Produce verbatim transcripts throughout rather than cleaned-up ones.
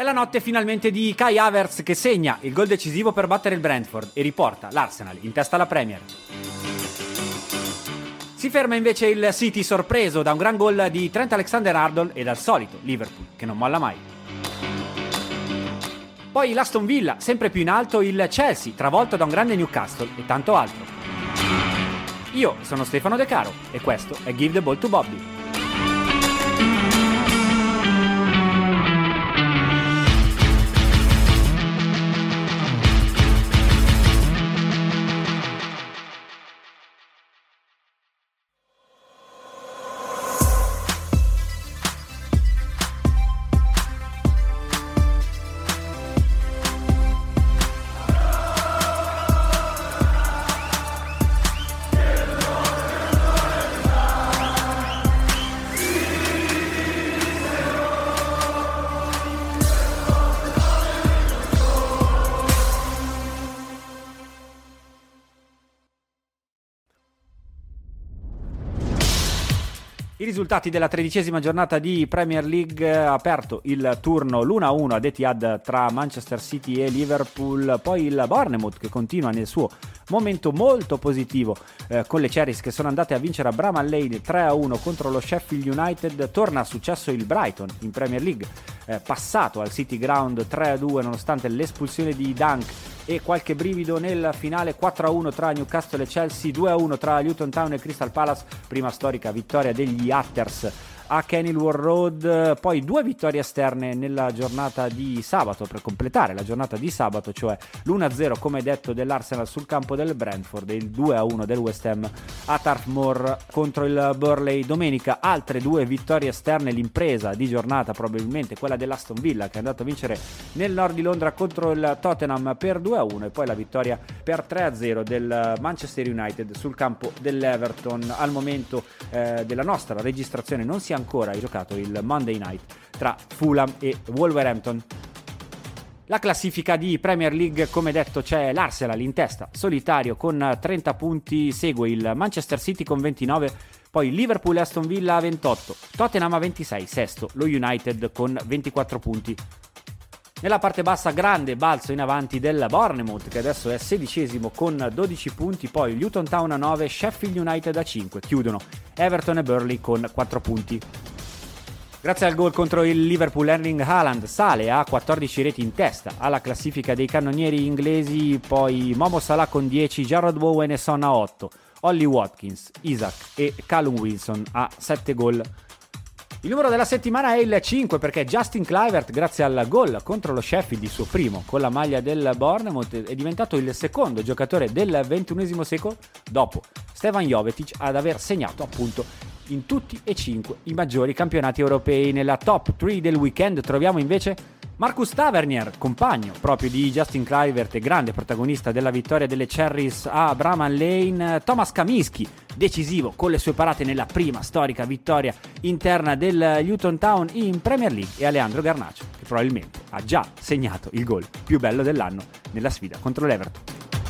È la notte finalmente di Kai Havertz che segna il gol decisivo per battere il Brentford e riporta l'Arsenal in testa alla Premier. Si ferma invece il City sorpreso da un gran gol di Trent Alexander-Arnold e dal solito Liverpool che non molla mai. Poi l'Aston Villa, sempre più in alto il Chelsea, travolto da un grande Newcastle e tanto altro. Io sono Stefano De Caro e questo è Give the Ball to Bobby. I risultati della tredicesima giornata di Premier League: ha aperto il turno l'uno a uno ad Etihad tra Manchester City e Liverpool, poi il Bournemouth che continua nel suo momento molto positivo eh, con le Cherries che sono andate a vincere a Bramall Lane tre a uno contro lo Sheffield United. Torna a successo il Brighton in Premier League, eh, passato al City Ground tre a due nonostante l'espulsione di Dunk e qualche brivido nel finale. Quattro a uno tra Newcastle e Chelsea, due a uno tra Luton Town e Crystal Palace, prima storica vittoria degli Hatters a Kenilworth Road. Poi due vittorie esterne nella giornata di sabato per completare la giornata di sabato, cioè l'uno a zero come detto dell'Arsenal sul campo del Brentford e il due a uno del West Ham a Turf Moor contro il Burnley. Domenica altre due vittorie esterne, l'impresa di giornata probabilmente quella dell'Aston Villa che è andato a vincere nel nord di Londra contro il Tottenham per due a uno e poi la vittoria per tre a zero del Manchester United sul campo dell'Everton. Al momento eh, della nostra registrazione non si è ancora giocato il Monday Night tra Fulham e Wolverhampton. La classifica di Premier League, come detto, c'è l'Arsenal in testa, solitario con trenta punti, segue il Manchester City con ventinove, poi Liverpool e Aston Villa a ventotto, Tottenham a ventisei, sesto lo United con ventiquattro punti. Nella parte bassa grande balzo in avanti del Bournemouth che adesso è sedicesimo con dodici punti, poi Luton Town a nove, Sheffield United a cinque, chiudono Everton e Burnley con quattro punti. Grazie al gol contro il Liverpool Erling Haaland sale a quattordici reti in testa alla classifica dei cannonieri inglesi, poi Momo Salah con dieci, Jarrod Bowen e Son a otto, Ollie Watkins, Isaac e Callum Wilson a sette gol. Il numero della settimana è il cinque perché Justin Kluivert, grazie al gol contro lo Sheffield, il suo primo con la maglia del Bournemouth, è diventato il secondo giocatore del ventunesimo secolo dopo Stefan Jovetic ad aver segnato appunto in tutti e cinque i maggiori campionati europei. Nella top tre del weekend troviamo invece Marcus Tavernier, compagno proprio di Justin Kluivert e grande protagonista della vittoria delle Cherries a Bramall Lane, Thomas Kaminski, decisivo con le sue parate nella prima storica vittoria interna del Luton Town in Premier League, e Alejandro Garnacho che probabilmente ha già segnato il gol più bello dell'anno nella sfida contro l'Everton.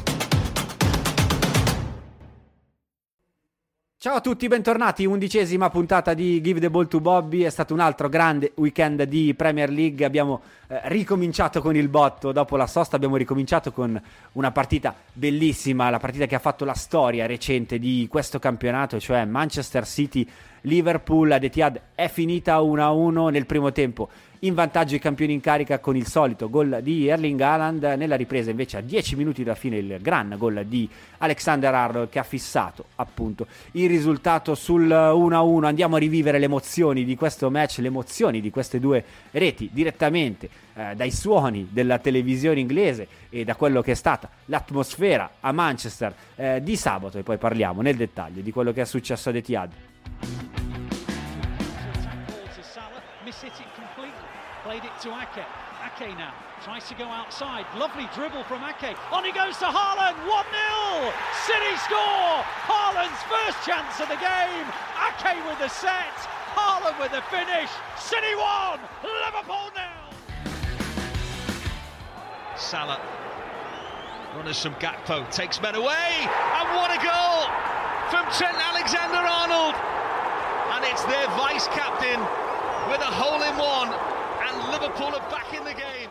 Ciao a tutti, bentornati, undicesima puntata di Give the Ball to Bobby. È stato un altro grande weekend di Premier League, abbiamo eh, ricominciato con il botto, dopo la sosta abbiamo ricominciato con una partita bellissima, la partita che ha fatto la storia recente di questo campionato, cioè Manchester City Liverpool ad Etihad. È finita uno a uno nel primo tempo, in vantaggio i campioni in carica con il solito gol di Erling Haaland. Nella ripresa invece a dieci minuti da fine il gran gol di Alexander-Arnold che ha fissato appunto il risultato sul uno a uno. Andiamo a rivivere le emozioni di questo match, le emozioni di queste due reti direttamente eh, dai suoni della televisione inglese e da quello che è stata l'atmosfera a Manchester eh, di sabato, e poi parliamo nel dettaglio di quello che è successo ad Etihad. Played it to Ake. Ake now tries to go outside. Lovely dribble from Ake. On he goes to Haaland. one nil. City score. Haaland's first chance of the game. Ake with the set. Haaland with the finish. City one. Liverpool nil. Salah runners from Gakpo. Takes men away. And what a goal from Trent Alexander-Arnold. And it's their vice-captain with a hole-in-one and Liverpool are back in the game.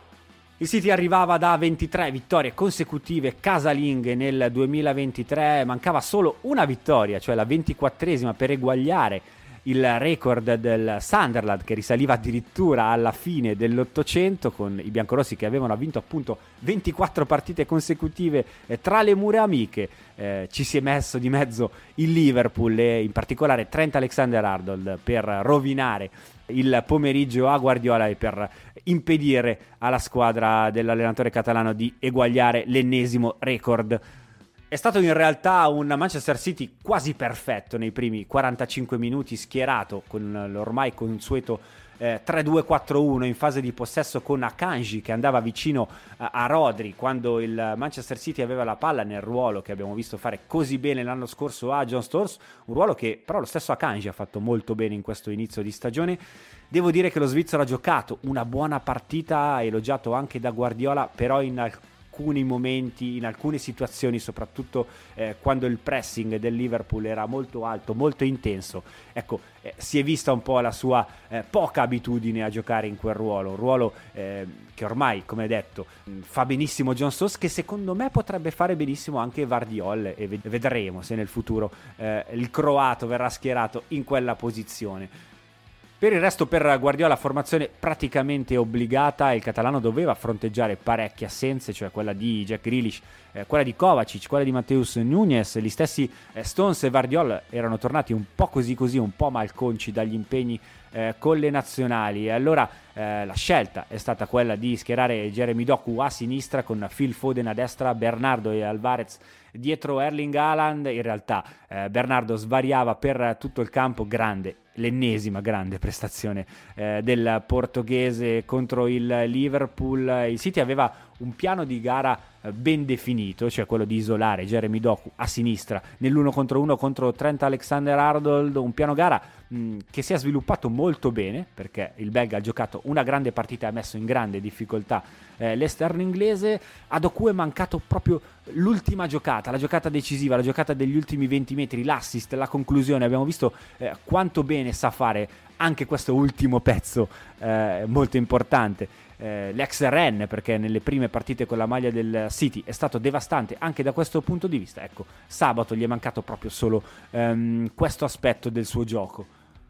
Il City arrivava da ventitré vittorie consecutive casalinghe nel duemilaventitré, mancava solo una vittoria, cioè la ventiquattresima, per eguagliare il record del Sunderland, che risaliva addirittura alla fine dell'Ottocento, con i biancorossi che avevano vinto appunto ventiquattro partite consecutive eh, tra le mura amiche. Eh, ci si è messo di mezzo il Liverpool e in particolare Trent Alexander-Arnold per rovinare il pomeriggio a Guardiola e per impedire alla squadra dell'allenatore catalano di eguagliare l'ennesimo record. È stato in realtà un Manchester City quasi perfetto nei primi quarantacinque minuti, schierato con l'ormai consueto eh, tre due quattro uno in fase di possesso, con Akanji che andava vicino a, a Rodri quando il Manchester City aveva la palla, nel ruolo che abbiamo visto fare così bene l'anno scorso a John Stones, un ruolo che però lo stesso Akanji ha fatto molto bene in questo inizio di stagione. Devo dire che lo svizzero ha giocato una buona partita, elogiato anche da Guardiola, però in alcuni momenti, in alcune situazioni, soprattutto eh, quando il pressing del Liverpool era molto alto, molto intenso, ecco, eh, si è vista un po' la sua eh, poca abitudine a giocare in quel ruolo, un ruolo eh, che ormai, come detto, mh, fa benissimo John Stones, che secondo me potrebbe fare benissimo anche Vardiol, e ved- vedremo se nel futuro eh, il croato verrà schierato in quella posizione. Per il resto, per Guardiola, formazione praticamente obbligata. Il catalano doveva fronteggiare parecchie assenze, cioè quella di Jack Grealish, eh, quella di Kovacic, quella di Mateus Nunes. Gli stessi eh, Stones e Vardiol erano tornati un po' così così, un po' malconci dagli impegni eh, con le nazionali, e allora eh, la scelta è stata quella di schierare Jeremy Doku a sinistra con Phil Foden a destra, Bernardo e Alvarez dietro Erling Haaland. In realtà eh, Bernardo svariava per tutto il campo, grande, l'ennesima grande prestazione eh, del portoghese contro il Liverpool. Il City aveva un piano di gara eh, ben definito, cioè quello di isolare Jeremy Doku a sinistra nell'uno contro uno contro Trent Alexander-Arnold, un piano gara mh, che si è sviluppato molto bene, perché il belga ha giocato una grande partita e ha messo in grande difficoltà eh, l'esterno inglese. A Doku è mancato proprio l'ultima giocata, la giocata decisiva, la giocata degli ultimi venti metri, l'assist, la conclusione. Abbiamo visto eh, quanto bene sa fare anche questo ultimo pezzo eh, molto importante. Eh, l'ex Rennes, perché nelle prime partite con la maglia del City è stato devastante anche da questo punto di vista. Ecco, sabato gli è mancato proprio solo ehm, questo aspetto del suo gioco.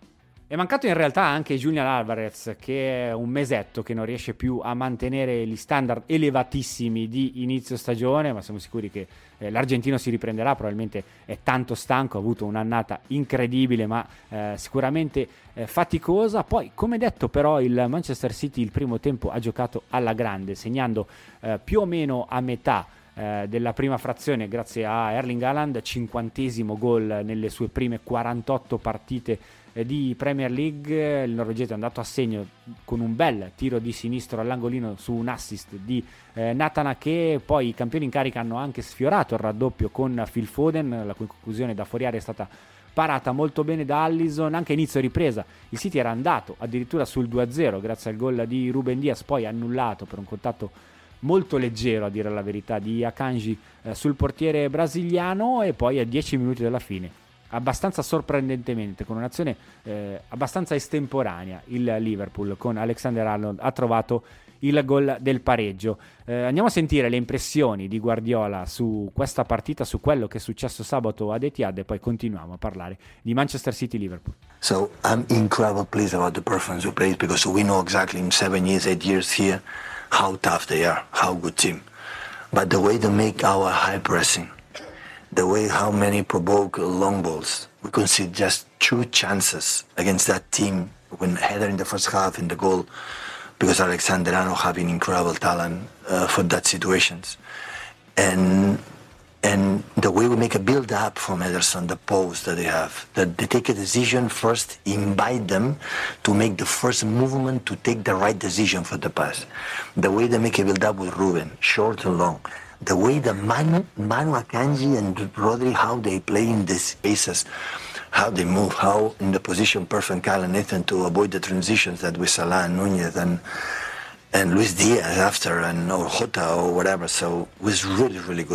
È mancato in realtà anche Julian Alvarez, che è un mesetto che non riesce più a mantenere gli standard elevatissimi di inizio stagione, ma siamo sicuri che eh, l'argentino si riprenderà. Probabilmente è tanto stanco, ha avuto un'annata incredibile, ma eh, sicuramente eh, faticosa. Poi, come detto, però il Manchester City il primo tempo ha giocato alla grande, segnando eh, più o meno a metà Eh, della prima frazione grazie a Erling Haaland, cinquantesimo gol nelle sue prime quarantotto partite eh, di Premier League. Il norvegese è andato a segno con un bel tiro di sinistro all'angolino su un assist di eh, Nathan Ake. Poi i campioni in carica hanno anche sfiorato il raddoppio con Phil Foden, la cui conclusione da fuori area è stata parata molto bene da Alisson. Anche inizio ripresa il City era andato addirittura sul due a zero grazie al gol di Ruben Dias, poi annullato per un contatto molto leggero, a dire la verità, di Akanji eh, sul portiere brasiliano. E poi a dieci minuti dalla fine, abbastanza sorprendentemente, con un'azione eh, abbastanza estemporanea, il Liverpool con Alexander-Arnold ha trovato il gol del pareggio. Eh, andiamo a sentire le impressioni di Guardiola su questa partita, su quello che è successo sabato ad Etihad, e poi continuiamo a parlare di Manchester City-Liverpool. So I'm incredibly pleased about the performance we played, because we know exactly in seven years, eight years here how tough they are, how good team. But the way they make our high pressing, the way how many provoke long balls, we concede just two chances against that team, when header in the first half in the goal, because Alexander-Arnold having incredible talent uh, for that situations. And and the way we make a build-up from Ederson, the post that they have, that they take a decision first, invite them to make the first movement to take the right decision for the pass. The way they make a build-up with Ruben, short and long. The way the Manu, Manu Akanji and Rodri, how they play in the spaces, how they move, how in the position perfect Kyle and Nathan to avoid the transitions that with Salah and Nunez and and Luis Diaz after, and or Jota or whatever. So it was really, really good.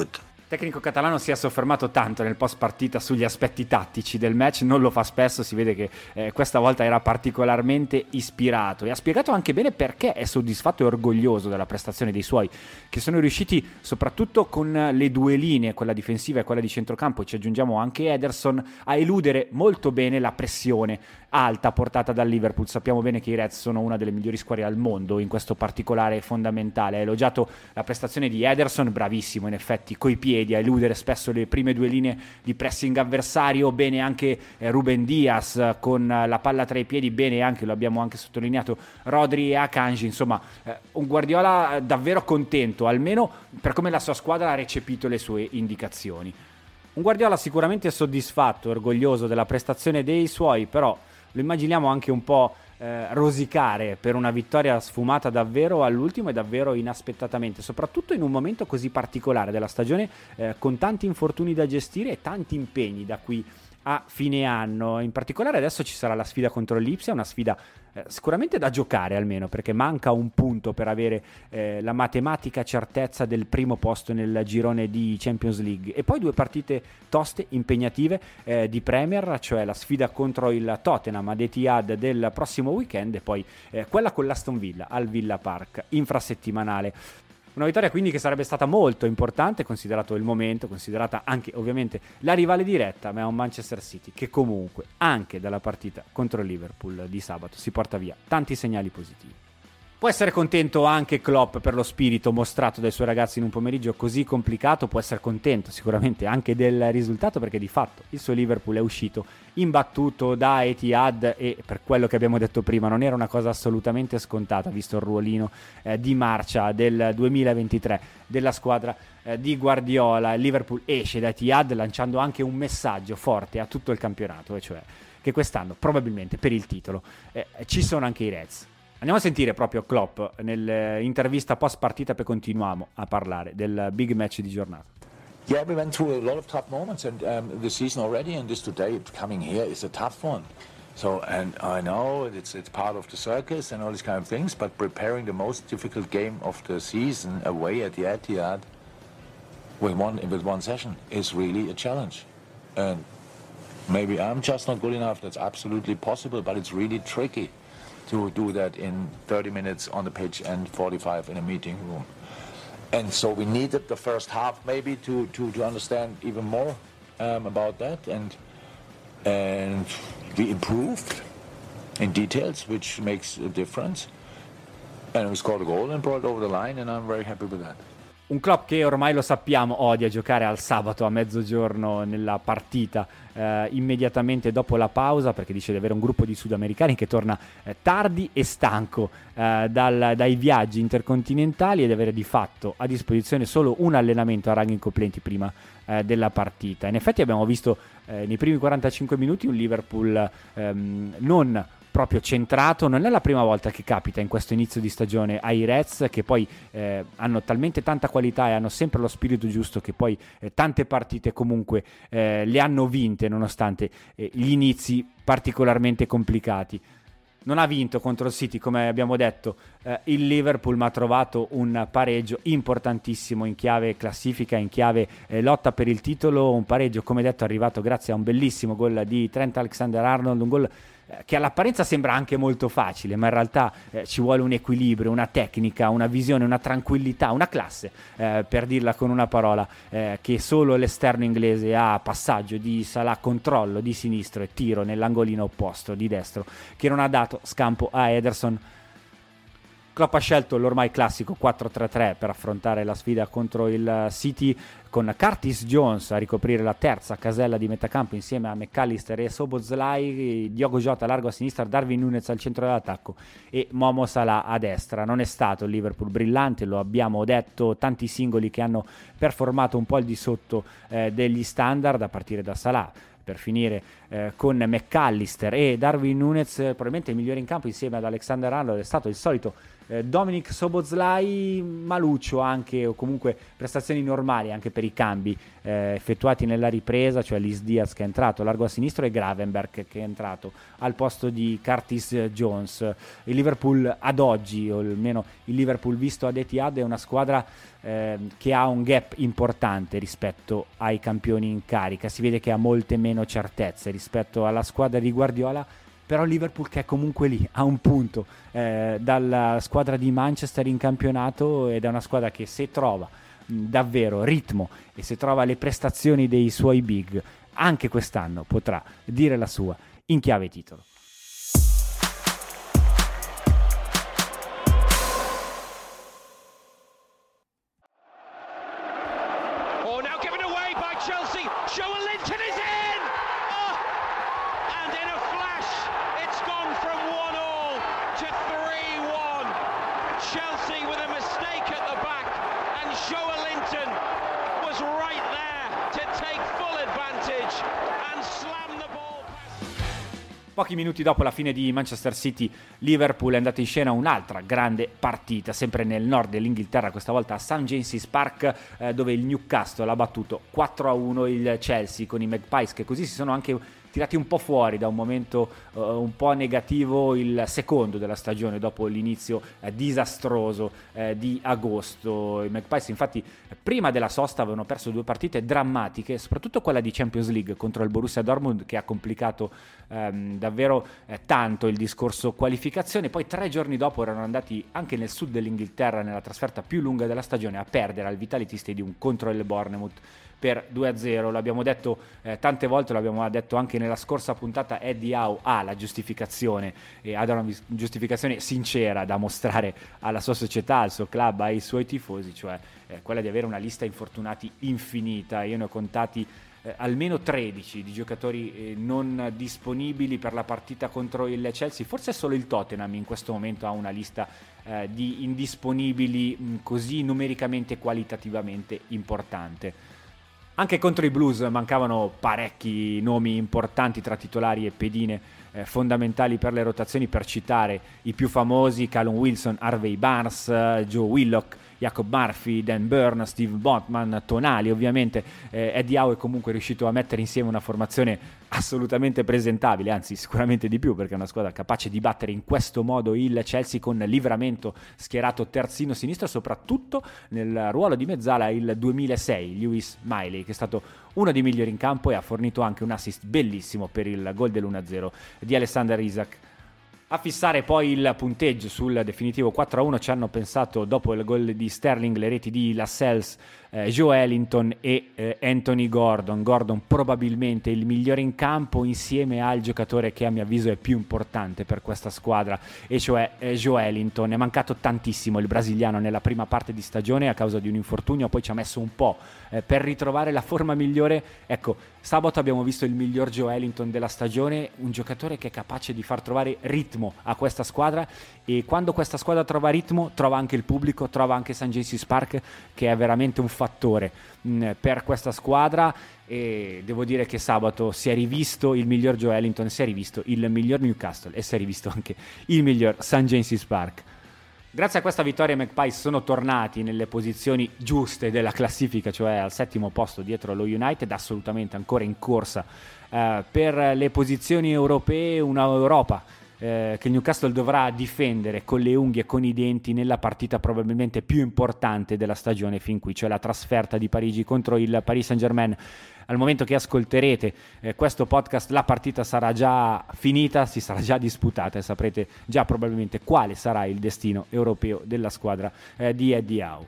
Il tecnico catalano si è soffermato tanto nel post partita sugli aspetti tattici del match, non lo fa spesso, si vede che eh, questa volta era particolarmente ispirato e ha spiegato anche bene perché è soddisfatto e orgoglioso della prestazione dei suoi, che sono riusciti soprattutto con le due linee, quella difensiva e quella di centrocampo, ci aggiungiamo anche Ederson, a eludere molto bene la pressione alta portata dal Liverpool. Sappiamo bene che i Reds sono una delle migliori squadre al mondo in questo particolare fondamentale. Ha elogiato la prestazione di Ederson, bravissimo in effetti coi piedi a eludere spesso le prime due linee di pressing avversario, bene anche eh, Ruben Dias con la palla tra i piedi, bene anche, lo abbiamo anche sottolineato, Rodri e Akanji. Insomma eh, un Guardiola davvero contento, almeno per come la sua squadra ha recepito le sue indicazioni. Un Guardiola sicuramente soddisfatto, orgoglioso della prestazione dei suoi, però lo immaginiamo anche un po' eh, rosicare per una vittoria sfumata davvero all'ultimo e davvero inaspettatamente, soprattutto in un momento così particolare della stagione, eh, con tanti infortuni da gestire e tanti impegni da qui a fine anno. In particolare adesso ci sarà la sfida contro l'Ipsia, una sfida eh, sicuramente da giocare, almeno perché manca un punto per avere eh, la matematica certezza del primo posto nel girone di Champions League, e poi due partite toste, impegnative eh, di Premier, cioè la sfida contro il Tottenham ad Etihad del prossimo weekend e poi eh, quella con l'Aston Villa al Villa Park infrasettimanale. Una vittoria quindi che sarebbe stata molto importante, considerato il momento, considerata anche ovviamente la rivale diretta, ma è un Manchester City che comunque anche dalla partita contro il Liverpool di sabato si porta via tanti segnali positivi. Può essere contento anche Klopp per lo spirito mostrato dai suoi ragazzi in un pomeriggio così complicato, può essere contento sicuramente anche del risultato, perché di fatto il suo Liverpool è uscito imbattuto da Etihad e, per quello che abbiamo detto prima, non era una cosa assolutamente scontata visto il ruolino eh, di marcia del duemilaventitré della squadra eh, di Guardiola. Il Liverpool esce da Etihad lanciando anche un messaggio forte a tutto il campionato, e cioè che quest'anno probabilmente per il titolo eh, ci sono anche i Reds. Andiamo a sentire proprio Klopp nell'intervista post partita, poi continuiamo a parlare del big match di giornata. Yeah, we went through a lot of tough moments and um, the season already, and this today coming here is a tough one. So, and I know it's it's part of the circus and all these kind of things, but preparing the most difficult game of the season away at the Etihad with one with one session is really a challenge. And maybe I'm just not good enough. That's absolutely possible, but it's really tricky to do that in thirty minutes on the pitch and forty-five in a meeting room. And so we needed the first half maybe to, to, to understand even more um, about that, and and we improved in details, which makes a difference. And we scored a goal and brought it over the line, and I'm very happy with that. Un Klopp che ormai lo sappiamo odia giocare al sabato a mezzogiorno nella partita eh, immediatamente dopo la pausa, perché dice di avere un gruppo di sudamericani che torna eh, tardi e stanco eh, dal, dai viaggi intercontinentali, ed avere di fatto a disposizione solo un allenamento a ranghi incompletenti prima eh, della partita. In effetti abbiamo visto eh, nei primi quarantacinque minuti un Liverpool ehm, non proprio centrato. Non è la prima volta che capita in questo inizio di stagione ai Reds, che poi eh, hanno talmente tanta qualità e hanno sempre lo spirito giusto che poi eh, tante partite comunque eh, le hanno vinte nonostante eh, gli inizi particolarmente complicati. Non ha vinto contro il City, come abbiamo detto, eh, il Liverpool, ma ha trovato un pareggio importantissimo in chiave classifica, in chiave eh, lotta per il titolo. Un pareggio, come detto, arrivato grazie a un bellissimo gol di Trent Alexander-Arnold, un gol eh, che all'apparenza sembra anche molto facile, ma in realtà eh, ci vuole un equilibrio, una tecnica, una visione, una tranquillità, una classe, eh, per dirla con una parola, eh, che solo l'esterno inglese ha. Passaggio di Salah, controllo di sinistro e tiro nell'angolino opposto di destro, che non ha dato scampo a Ederson. Klopp ha scelto l'ormai classico quattro tre tre per affrontare la sfida contro il City, con Curtis Jones a ricoprire la terza casella di metacampo insieme a McAllister e Szoboszlai, Diogo Jota largo a sinistra, Darwin Núñez al centro dell'attacco e Momo Salah a destra. Non è stato il Liverpool brillante, lo abbiamo detto, tanti singoli che hanno performato un po' al di sotto eh, degli standard, a partire da Salah, per finire eh, con McAllister e Darwin Núñez, probabilmente il migliore in campo insieme ad Alexander-Arnold. È stato il solito eh, Dominik Szoboszlai maluccio anche, o comunque prestazioni normali anche per i cambi eh, effettuati nella ripresa, cioè Luis Diaz che è entrato largo a sinistro e Gravenberch che è entrato al posto di Curtis Jones. Il Liverpool ad oggi, o almeno il Liverpool visto ad Etihad, è una squadra eh, che ha un gap importante rispetto ai campioni in carica, si vede che ha molte meno certezze rispetto alla squadra di Guardiola, però il Liverpool che è comunque lì, a un punto eh, dalla squadra di Manchester in campionato, ed è una squadra che se trova mh, davvero ritmo e se trova le prestazioni dei suoi big, anche quest'anno potrà dire la sua in chiave titolo. Chelsea, Joelinton is in! Oh! And in a flash, it's gone from one all to three one. Chelsea with a mistake at the back, and Joelinton was right there to take full advantage and slam the ball. Pochi minuti dopo la fine di Manchester City-Liverpool è andata in scena un'altra grande partita, sempre nel nord dell'Inghilterra, questa volta a Saint James's Park, eh, dove il Newcastle ha battuto quattro a uno il Chelsea, con i Magpies che così si sono anche tirati un po' fuori da un momento uh, un po' negativo, il secondo della stagione dopo l'inizio eh, disastroso eh, di agosto. I Magpies infatti prima della sosta avevano perso due partite drammatiche, soprattutto quella di Champions League contro il Borussia Dortmund, che ha complicato ehm, davvero eh, tanto il discorso qualificazione. Poi tre giorni dopo erano andati anche nel sud dell'Inghilterra, nella trasferta più lunga della stagione, a perdere al Vitality Stadium contro il Bournemouth per due a zero. L'abbiamo detto eh, tante volte, l'abbiamo detto anche nella scorsa puntata, Eddie Howe ha la giustificazione, e ha una giustificazione sincera da mostrare alla sua società, al suo club, ai suoi tifosi, cioè eh, quella di avere una lista infortunati infinita. Io ne ho contati eh, almeno tredici di giocatori eh, non disponibili per la partita contro il Chelsea. Forse solo il Tottenham in questo momento ha una lista eh, di indisponibili mh, così numericamente e qualitativamente importante. Anche contro i Blues mancavano parecchi nomi importanti tra titolari e pedine eh, fondamentali per le rotazioni, per citare i più famosi: Callum Wilson, Harvey Barnes, uh, Joe Willock, Jacob Murphy, Dan Burn, Steve Botman, Tonali. Ovviamente eh, Eddie Howe è comunque riuscito a mettere insieme una formazione assolutamente presentabile, anzi sicuramente di più, perché è una squadra capace di battere in questo modo il Chelsea, con Livramento schierato terzino sinistro, soprattutto nel ruolo di mezzala il duemilasei Lewis Miley, che è stato uno dei migliori in campo e ha fornito anche un assist bellissimo per il gol dell'uno a zero di Alexander Isak. A fissare poi il punteggio sul definitivo quattro a uno ci hanno pensato, dopo il gol di Sterling, le reti di Lascelles, eh, Joelinton e eh, Anthony Gordon. Gordon probabilmente il migliore in campo, insieme al giocatore che a mio avviso è più importante per questa squadra, e cioè eh, Joelinton. È mancato tantissimo il brasiliano nella prima parte di stagione a causa di un infortunio, poi ci ha messo un po' eh, per ritrovare la forma migliore. Ecco, sabato abbiamo visto il miglior Joelinton della stagione, un giocatore che è capace di far trovare ritmo a questa squadra, e quando questa squadra trova ritmo trova anche il pubblico, trova anche Saint James's Park, che è veramente un fattore mh, per questa squadra. E devo dire che sabato si è rivisto il miglior Joelinton, si è rivisto il miglior Newcastle e si è rivisto anche il miglior Saint James's Park. Grazie a questa vittoria i Magpies sono tornati nelle posizioni giuste della classifica, cioè al settimo posto dietro lo United, assolutamente ancora in corsa eh, per le posizioni europee, una Europa Eh, che il Newcastle dovrà difendere con le unghie e con i denti nella partita probabilmente più importante della stagione fin qui, cioè la trasferta di Parigi contro il Paris Saint-Germain. Al momento che ascolterete eh, questo podcast, la partita sarà già finita, si sarà già disputata e saprete già probabilmente quale sarà il destino europeo della squadra eh, di Eddie Howe.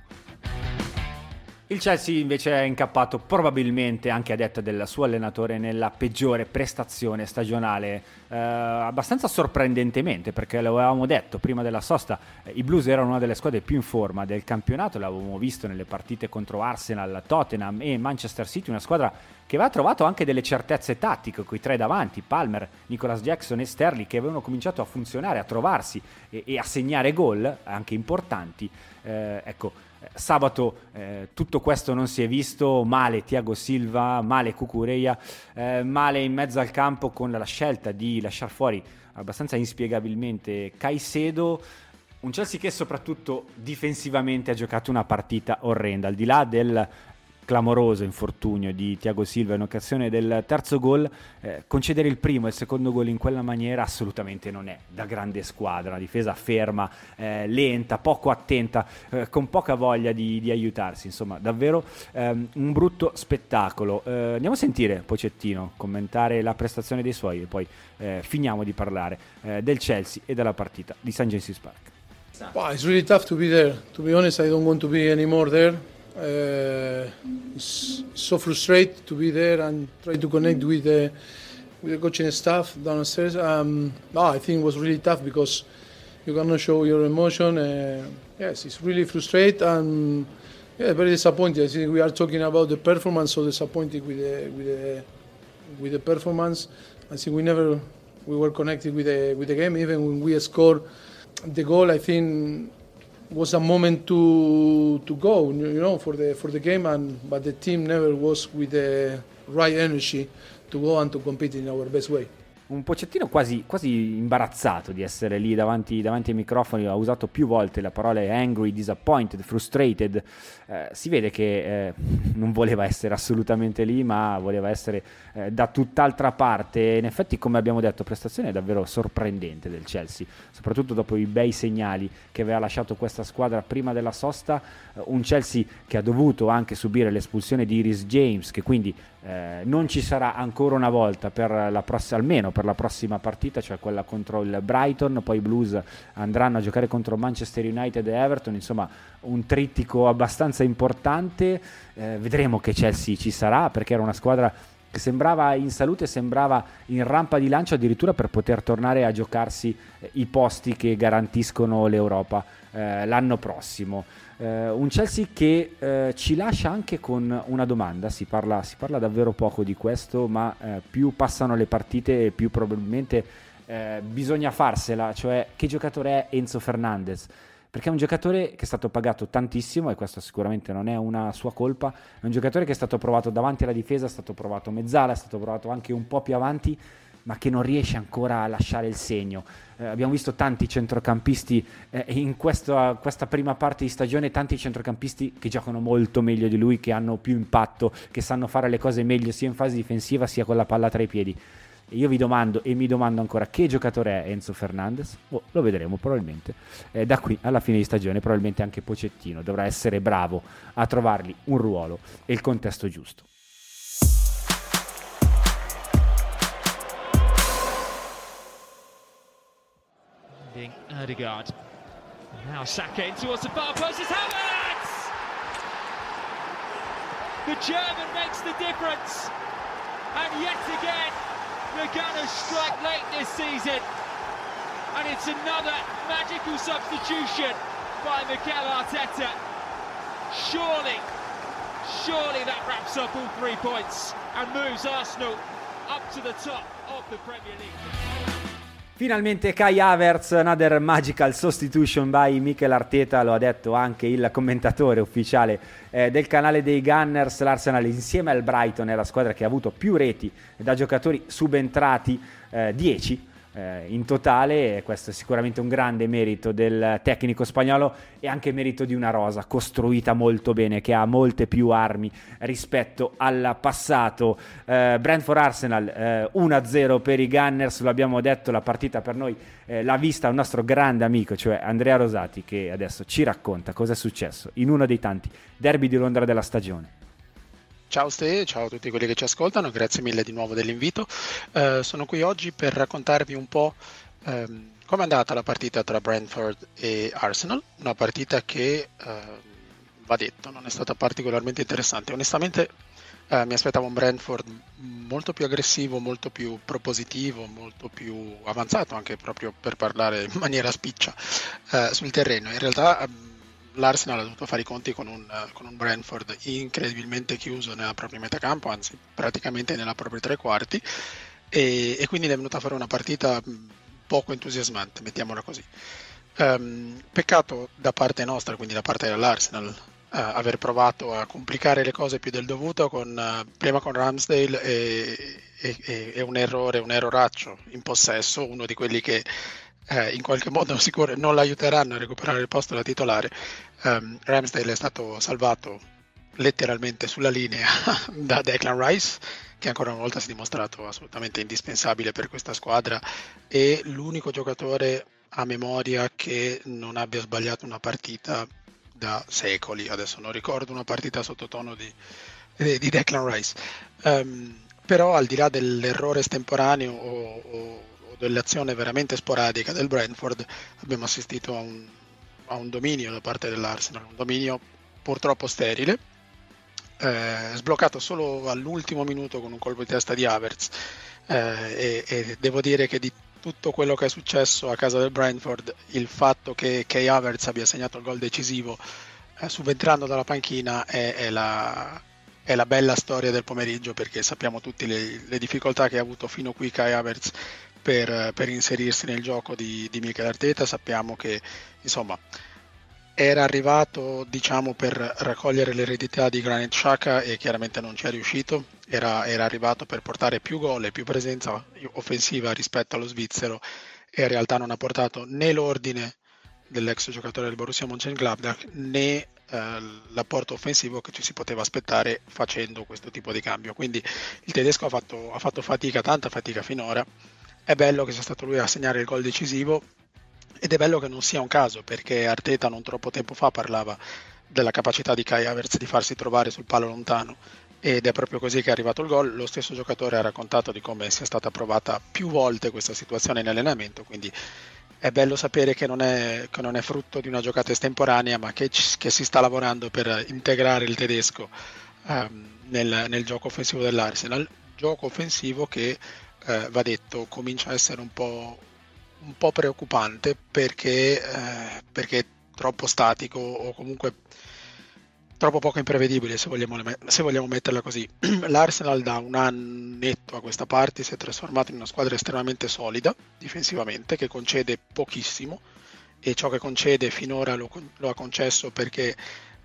Il Chelsea invece è incappato, probabilmente anche a detta del suo allenatore, nella peggiore prestazione stagionale, eh, abbastanza sorprendentemente, perché lo avevamo detto prima della sosta, eh, i Blues erano una delle squadre più in forma del campionato, l'avevamo visto nelle partite contro Arsenal, Tottenham e Manchester City, una squadra che aveva trovato anche delle certezze tattiche coi tre davanti, Palmer, Nicholas Jackson e Sterling, che avevano cominciato a funzionare, a trovarsi e, e a segnare gol anche importanti. Eh, ecco, sabato eh, tutto questo non si è visto, male Thiago Silva, male Cucurella, eh, male in mezzo al campo, con la scelta di lasciar fuori abbastanza inspiegabilmente Caicedo. Un Chelsea che soprattutto difensivamente ha giocato una partita orrenda, al di là del clamoroso infortunio di Thiago Silva in occasione del terzo gol, eh, concedere il primo e il secondo gol in quella maniera assolutamente non è da grande squadra, una difesa ferma, eh, lenta, poco attenta, eh, con poca voglia di, di aiutarsi, insomma davvero ehm, un brutto spettacolo. Eh, andiamo a sentire Pochettino commentare la prestazione dei suoi e poi eh, finiamo di parlare eh, del Chelsea e della partita di Saint James's Park. Well, it's really tough to be there. To be honest, I don't want to be anymore there. Uh, it's, it's so frustrating to be there and try to connect with the with the coaching staff downstairs. Um, no, I think it was really tough because you cannot show your emotion. Uh, yes, it's really frustrating and yeah, very disappointed. I think we are talking about the performance, so disappointed with the with the with the performance. I think we never we were connected with the with the game, even when we scored the goal. I think was a moment to to go, you know, for the for the game, and but the team never was with the right energy to go and to compete in our best way. Un Pochettino quasi, quasi imbarazzato di essere lì davanti, davanti ai microfoni, ha usato più volte le parole angry, disappointed, frustrated. Eh, si vede che eh, non voleva essere assolutamente lì, ma voleva essere eh, da tutt'altra parte. In effetti, come abbiamo detto, prestazione davvero sorprendente del Chelsea, soprattutto dopo i bei segnali che aveva lasciato questa squadra prima della sosta. Eh, un Chelsea che ha dovuto anche subire l'espulsione di Reece James, che quindi eh, non ci sarà ancora una volta per la prossima, almeno per la prossima partita, cioè quella contro il Brighton. Poi i Blues andranno a giocare contro Manchester United e Everton, insomma un trittico abbastanza importante. Eh, vedremo che Chelsea ci sarà, perché era una squadra che sembrava in salute, sembrava in rampa di lancio addirittura per poter tornare a giocarsi eh, i posti che garantiscono l'Europa eh, l'anno prossimo. Uh, un Chelsea che uh, ci lascia anche con una domanda. Si parla, si parla davvero poco di questo, ma uh, più passano le partite più probabilmente uh, bisogna farsela, cioè che giocatore è Enzo Fernandez, perché è un giocatore che è stato pagato tantissimo e questo sicuramente non è una sua colpa. È un giocatore che è stato provato davanti alla difesa, è stato provato mezzala, è stato provato anche un po' più avanti, ma che non riesce ancora a lasciare il segno. Eh, abbiamo visto tanti centrocampisti eh, in questo, questa prima parte di stagione, tanti centrocampisti che giocano molto meglio di lui, che hanno più impatto, che sanno fare le cose meglio sia in fase difensiva sia con la palla tra i piedi. E io vi domando e mi domando ancora che giocatore è Enzo Fernandez. Oh, lo vedremo probabilmente eh, da qui alla fine di stagione. Probabilmente anche Pochettino dovrà essere bravo a trovargli un ruolo e il contesto giusto. Ødegaard. Now Saka in towards the far post. It's Havertz! The German makes the difference. And yet again, the Gunners strike late this season. And it's another magical substitution by Mikel Arteta. Surely, surely that wraps up all three points and moves Arsenal up to the top of the Premier League. Finalmente Kai Havertz, another magical substitution by Mikel Arteta, lo ha detto anche il commentatore ufficiale eh, del canale dei Gunners. L'Arsenal insieme al Brighton è la squadra che ha avuto più reti da giocatori subentrati, eh, dieci eh, in totale, e questo è sicuramente un grande merito del tecnico spagnolo e anche merito di una rosa costruita molto bene, che ha molte più armi rispetto al passato. eh, Brentford Arsenal eh, uno a zero per i Gunners, lo abbiamo detto, la partita per noi eh, l'ha vista un nostro grande amico, cioè Andrea Rosati, che adesso ci racconta cosa è successo in uno dei tanti derby di Londra della stagione. Ciao Ste, ciao a tutti quelli che ci ascoltano, grazie mille di nuovo dell'invito. Uh, sono qui oggi per raccontarvi un po' um, come è andata la partita tra Brentford e Arsenal, una partita che, uh, va detto, non è stata particolarmente interessante. Onestamente uh, mi aspettavo un Brentford molto più aggressivo, molto più propositivo, molto più avanzato, anche proprio per parlare in maniera spiccia uh, sul terreno. In realtà um, l'Arsenal ha dovuto fare i conti con un, con un Brentford incredibilmente chiuso nella propria metà campo, anzi praticamente nella propria tre quarti, e, e quindi è venuta fuori una partita poco entusiasmante, mettiamola così. Um, peccato da parte nostra, quindi da parte dell'Arsenal, uh, aver provato a complicare le cose più del dovuto, con, uh, prima con Ramsdale e, e, e un errore, un erroraccio in possesso, uno di quelli che eh, in qualche modo sicuro non l'aiuteranno a recuperare il posto da titolare. um, Ramsdale è stato salvato letteralmente sulla linea da Declan Rice, che ancora una volta si è dimostrato assolutamente indispensabile per questa squadra, e l'unico giocatore a memoria che non abbia sbagliato una partita da secoli. Adesso non ricordo una partita sottotono di, di Declan Rice. Um, però al di là dell'errore estemporaneo o, o, o dell'azione veramente sporadica del Brentford, abbiamo assistito a un, a un dominio da parte dell'Arsenal, un dominio purtroppo sterile, eh, sbloccato solo all'ultimo minuto con un colpo di testa di Havertz, eh, e, e devo dire che di tutto quello che è successo a casa del Brentford, il fatto che Kai Havertz abbia segnato il gol decisivo eh, subentrando dalla panchina è, è, la, è la bella storia del pomeriggio, perché sappiamo tutti le, le difficoltà che ha avuto fino qui Kai Havertz per, per inserirsi nel gioco di, di Mikel Arteta. Sappiamo che insomma era arrivato, diciamo, per raccogliere l'eredità di Granit Xhaka e chiaramente non ci è riuscito. Era, era arrivato per portare più gol e più presenza offensiva rispetto allo svizzero, e in realtà non ha portato né l'ordine dell'ex giocatore del Borussia Mönchengladbach né eh, l'apporto offensivo che ci si poteva aspettare facendo questo tipo di cambio. Quindi il tedesco ha fatto, ha fatto fatica, tanta fatica finora. È bello che sia stato lui a segnare il gol decisivo, ed è bello che non sia un caso, perché Arteta non troppo tempo fa parlava della capacità di Kai Havertz di farsi trovare sul palo lontano, ed è proprio così che è arrivato il gol. Lo stesso giocatore ha raccontato di come sia stata provata più volte questa situazione in allenamento, quindi è bello sapere che non è, che non è frutto di una giocata estemporanea, ma che, che si sta lavorando per integrare il tedesco um, nel, nel gioco offensivo dell'Arsenal, gioco offensivo che eh, va detto comincia a essere un po' un po' preoccupante, perché, eh, perché è troppo statico, o comunque troppo poco imprevedibile, se vogliamo, se vogliamo metterla così. L'Arsenal da un annetto a questa parte si è trasformato in una squadra estremamente solida difensivamente, che concede pochissimo, e ciò che concede finora lo, lo ha concesso perché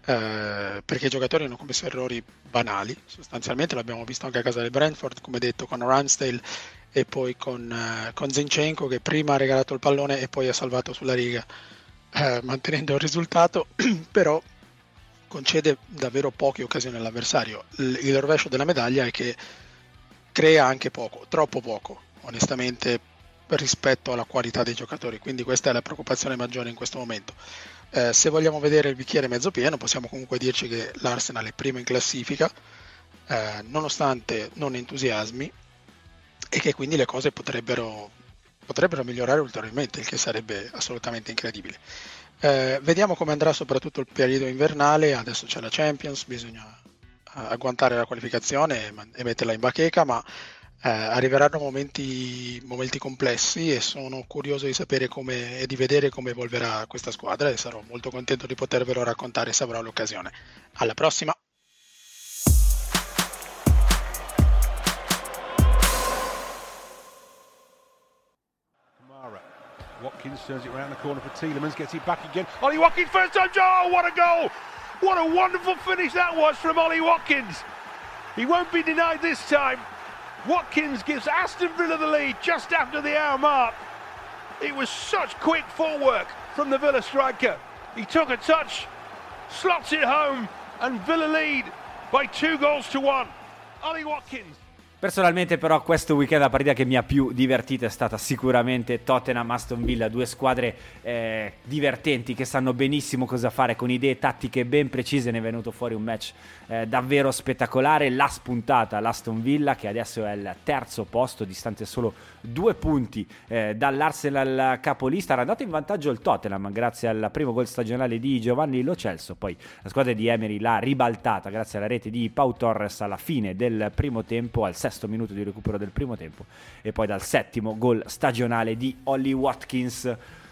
eh, perché i giocatori hanno commesso errori banali. Sostanzialmente l'abbiamo visto anche a casa del Brentford, come detto, con Ramsdale e poi con, uh, con Zinchenko, che prima ha regalato il pallone e poi ha salvato sulla riga, uh, mantenendo il risultato, però concede davvero poche occasioni all'avversario. L- il rovescio della medaglia è che crea anche poco, troppo poco, onestamente, rispetto alla qualità dei giocatori, quindi questa è la preoccupazione maggiore in questo momento. Uh, se vogliamo vedere il bicchiere mezzo pieno, possiamo comunque dirci che l'Arsenal è primo in classifica, uh, nonostante non entusiasmi, e che quindi le cose potrebbero, potrebbero migliorare ulteriormente, il che sarebbe assolutamente incredibile. Eh, vediamo come andrà soprattutto il periodo invernale. Adesso c'è la Champions, bisogna agguantare la qualificazione e, e metterla in bacheca, ma eh, arriveranno momenti, momenti complessi, e sono curioso di sapere come e di vedere come evolverà questa squadra, e sarò molto contento di potervelo raccontare se avrò l'occasione. Alla prossima! Watkins turns it around the corner for Tielemans, gets it back again. Ollie Watkins, first time, oh, what a goal! What a wonderful finish that was from Ollie Watkins. He won't be denied this time. Watkins gives Aston Villa the lead just after the hour mark. It was such quick footwork from the Villa striker. He took a touch, slots it home, and Villa lead by two goals to one. Ollie Watkins. Personalmente però questo weekend la partita che mi ha più divertito è stata sicuramente Tottenham-Aston Villa, due squadre eh, divertenti che sanno benissimo cosa fare, con idee tattiche ben precise. Ne è venuto fuori un match eh, davvero spettacolare. L'ha spuntata l'Aston Villa, che adesso è al terzo posto, distante solo due punti eh, dall'Arsenal capolista. Era andato in vantaggio il Tottenham grazie al primo gol stagionale di Giovanni Lo Celso, poi la squadra di Emery l'ha ribaltata grazie alla rete di Pau Torres alla fine del primo tempo, al sesto minuto di recupero del primo tempo, e poi dal settimo gol stagionale di Ollie Watkins.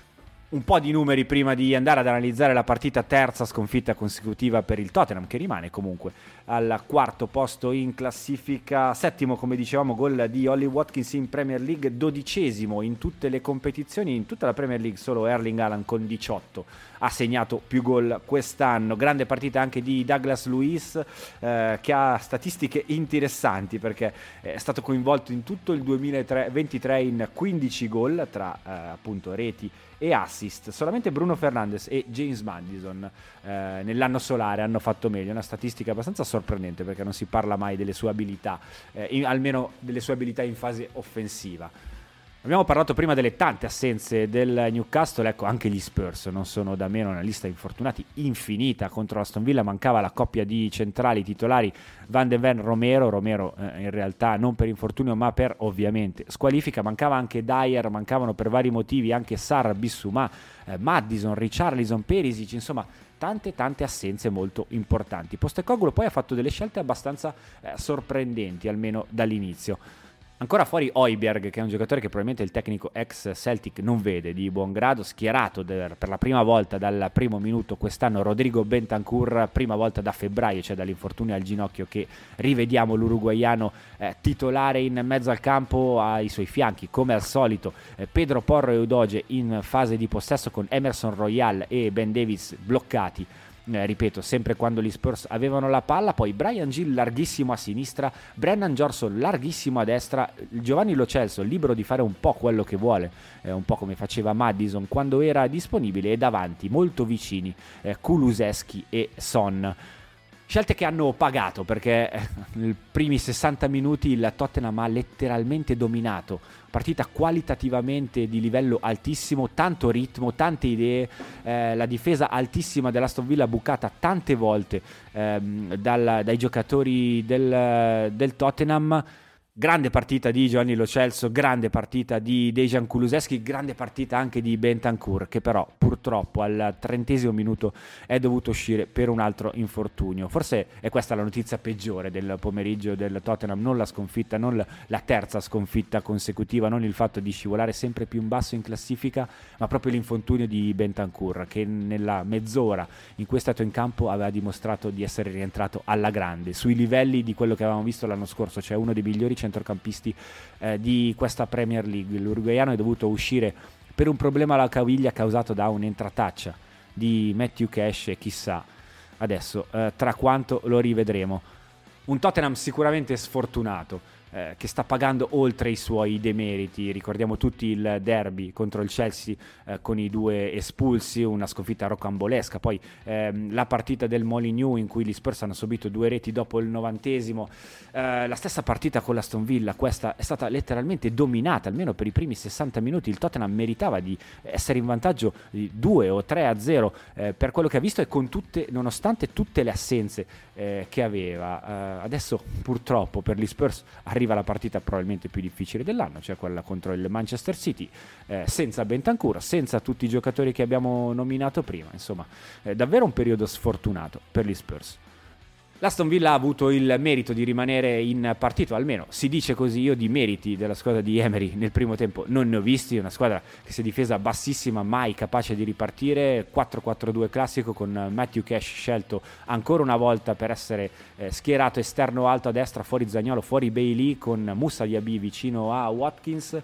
Un po' di numeri prima di andare ad analizzare la partita, terza sconfitta consecutiva per il Tottenham, che rimane comunque al quarto posto in classifica, settimo come dicevamo gol di Ollie Watkins in Premier League, dodicesimo in tutte le competizioni, in tutta la Premier League solo Erling Haaland con diciotto ha segnato più gol quest'anno. Grande partita anche di Douglas Luiz, eh, che ha statistiche interessanti perché è stato coinvolto in tutto il duemilaventitré in quindici gol tra eh, appunto reti e assist. Solamente Bruno Fernandes e James Maddison eh, nell'anno solare hanno fatto meglio, una statistica abbastanza sorprendente perché non si parla mai delle sue abilità, eh, in, almeno delle sue abilità in fase offensiva. Abbiamo parlato prima delle tante assenze del Newcastle, ecco anche gli Spurs non sono da meno, una lista infortunati infinita. Contro l'Aston Villa mancava la coppia di centrali titolari Van de Ven Romero, Romero eh, in realtà non per infortunio ma per ovviamente squalifica, mancava anche Dyer, mancavano per vari motivi anche Sarr, Bissouma, eh, Maddison, Richarlison, Perisic, insomma tante tante assenze molto importanti. Postecoglou poi ha fatto delle scelte abbastanza eh, sorprendenti, almeno dall'inizio. Ancora fuori Højbjerg, che è un giocatore che probabilmente il tecnico ex Celtic non vede di buon grado, schierato per la prima volta dal primo minuto quest'anno Rodrigo Bentancur, prima volta da febbraio, cioè dall'infortunio al ginocchio, che rivediamo l'uruguaiano eh, titolare in mezzo al campo. Ai suoi fianchi, come al solito, eh, Pedro Porro e Udogie in fase di possesso con Emerson Royal e Ben Davies bloccati. Eh, ripeto, sempre quando gli Spurs avevano la palla, poi Bryan Gil larghissimo a sinistra, Brennan Johnson larghissimo a destra, Giovanni Lo Celso libero di fare un po' quello che vuole, eh, un po' come faceva Maddison quando era disponibile, e davanti molto vicini eh, Kulusevski e Son. Scelte che hanno pagato perché nei primi sessanta minuti il Tottenham ha letteralmente dominato, partita qualitativamente di livello altissimo, tanto ritmo, tante idee, eh, la difesa altissima dell'Aston Villa bucata tante volte ehm, dal, dai giocatori del, del Tottenham. Grande partita di Giovanni Lo Celso, grande partita di Dejan Kulusevski, grande partita anche di Bentancur, che però purtroppo al trentesimo minuto è dovuto uscire per un altro infortunio. Forse è questa la notizia peggiore del pomeriggio del Tottenham, non la sconfitta, non la terza sconfitta consecutiva, non il fatto di scivolare sempre più in basso in classifica, ma proprio l'infortunio di Bentancur, che nella mezz'ora in cui è stato in campo aveva dimostrato di essere rientrato alla grande, sui livelli di quello che avevamo visto l'anno scorso, cioè uno dei migliori centrocampisti eh, di questa Premier League. L'uruguaiano è dovuto uscire per un problema alla caviglia causato da un'entrataccia di Matthew Cash e chissà adesso eh, tra quanto lo rivedremo. Un Tottenham sicuramente sfortunato, eh, che sta pagando oltre i suoi demeriti. Ricordiamo tutti il derby contro il Chelsea eh, con i due espulsi, una sconfitta rocambolesca, poi ehm, la partita del Molineux in cui gli Spurs hanno subito due reti dopo il novantesimo, eh, la stessa partita con l'Aston Villa, questa è stata letteralmente dominata, almeno per i primi sessanta minuti il Tottenham meritava di essere in vantaggio di due o tre a zero eh, per quello che ha visto, e con tutte, nonostante tutte le assenze eh, che aveva. Eh, adesso purtroppo per gli Spurs arriva la partita probabilmente più difficile dell'anno, cioè quella contro il Manchester City, eh, senza Bentancur, senza tutti i giocatori che abbiamo nominato prima. Insomma, eh, davvero un periodo sfortunato per gli Spurs. L'Aston Villa ha avuto il merito di rimanere in partita, almeno si dice così. Io di meriti della squadra di Emery nel primo tempo non ne ho visti, una squadra che si è difesa bassissima, mai capace di ripartire, quattro quattro due classico con Matthew Cash scelto ancora una volta per essere eh, schierato esterno alto a destra, fuori Zaniolo, fuori Bailey, con Moussa Diaby vicino a Watkins.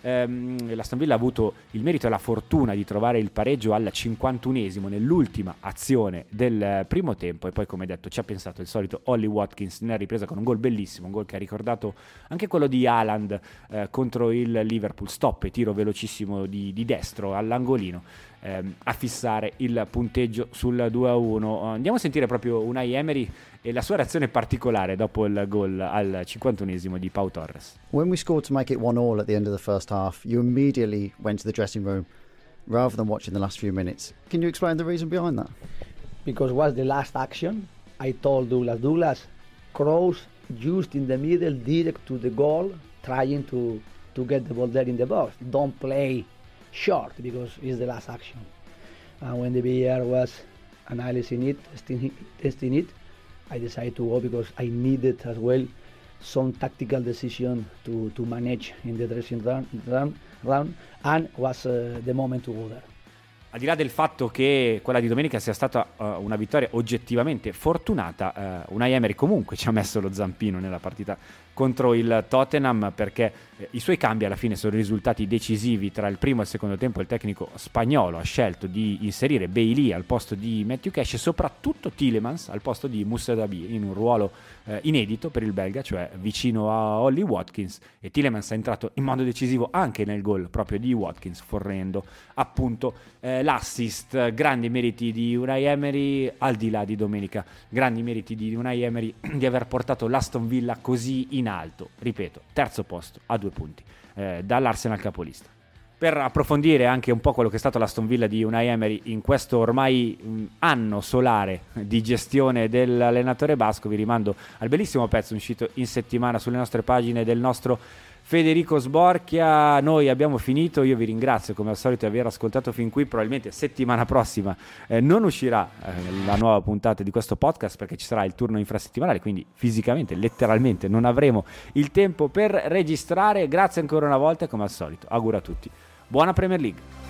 Ehm, l'Aston Villa ha avuto il merito e la fortuna di trovare il pareggio al cinquantunesimo nell'ultima azione del primo tempo, e poi, come detto, ci ha pensato il solito Ollie Watkins nella ripresa con un gol bellissimo, un gol che ha ricordato anche quello di Haaland eh, contro il Liverpool, stop e tiro velocissimo di, di destro all'angolino ehm, a fissare il punteggio sul due a uno. Andiamo a sentire proprio Unai Emery e la sua reazione particolare dopo il gol al cinquantunesimo di Pau Torres. When we scored to make it one all at the end of the first half, you immediately went to the dressing room rather than watching the last few minutes. Can you explain the reason behind that? Because it was the last action. I told Douglas, Douglas, cross just in the middle, direct to the goal, trying to, to get the ball there in the box. Don't play short, because it's the last action. And when the V A R was analyzing it, testing, testing it, I decided to go because I needed as well some tactical decision to, to manage in the dressing round, round, round and was uh, the moment to go there. al di là del fatto che quella di domenica sia stata uh, una vittoria oggettivamente fortunata, uh, Unai Emery comunque ci ha messo lo zampino nella partita contro il Tottenham, perché eh, i suoi cambi alla fine sono risultati decisivi. Tra il primo e il secondo tempo il tecnico spagnolo ha scelto di inserire Bailey al posto di Matthew Cash e soprattutto Tielemans al posto di Moussa Dabi, in un ruolo eh, inedito per il belga, cioè vicino a Ollie Watkins, e Tielemans è entrato in modo decisivo anche nel gol proprio di Watkins, fornendo appunto eh, l'assist. Grandi meriti di Unai Emery, al di là di domenica, grandi meriti di Unai Emery di aver portato l'Aston Villa così in alto, ripeto, terzo posto a due punti eh, dall'Arsenal capolista. Per approfondire anche un po' quello che è stato l'Aston Villa di Unai Emery in questo ormai mh, anno solare di gestione dell'allenatore basco, vi rimando al bellissimo pezzo uscito in settimana sulle nostre pagine del nostro Federico Sborchia. Noi abbiamo finito, io vi ringrazio come al solito di aver ascoltato fin qui. Probabilmente settimana prossima eh, non uscirà eh, la nuova puntata di questo podcast, perché ci sarà il turno infrasettimanale, quindi fisicamente, letteralmente non avremo il tempo per registrare. Grazie ancora una volta e come al solito auguro a tutti buona Premier League.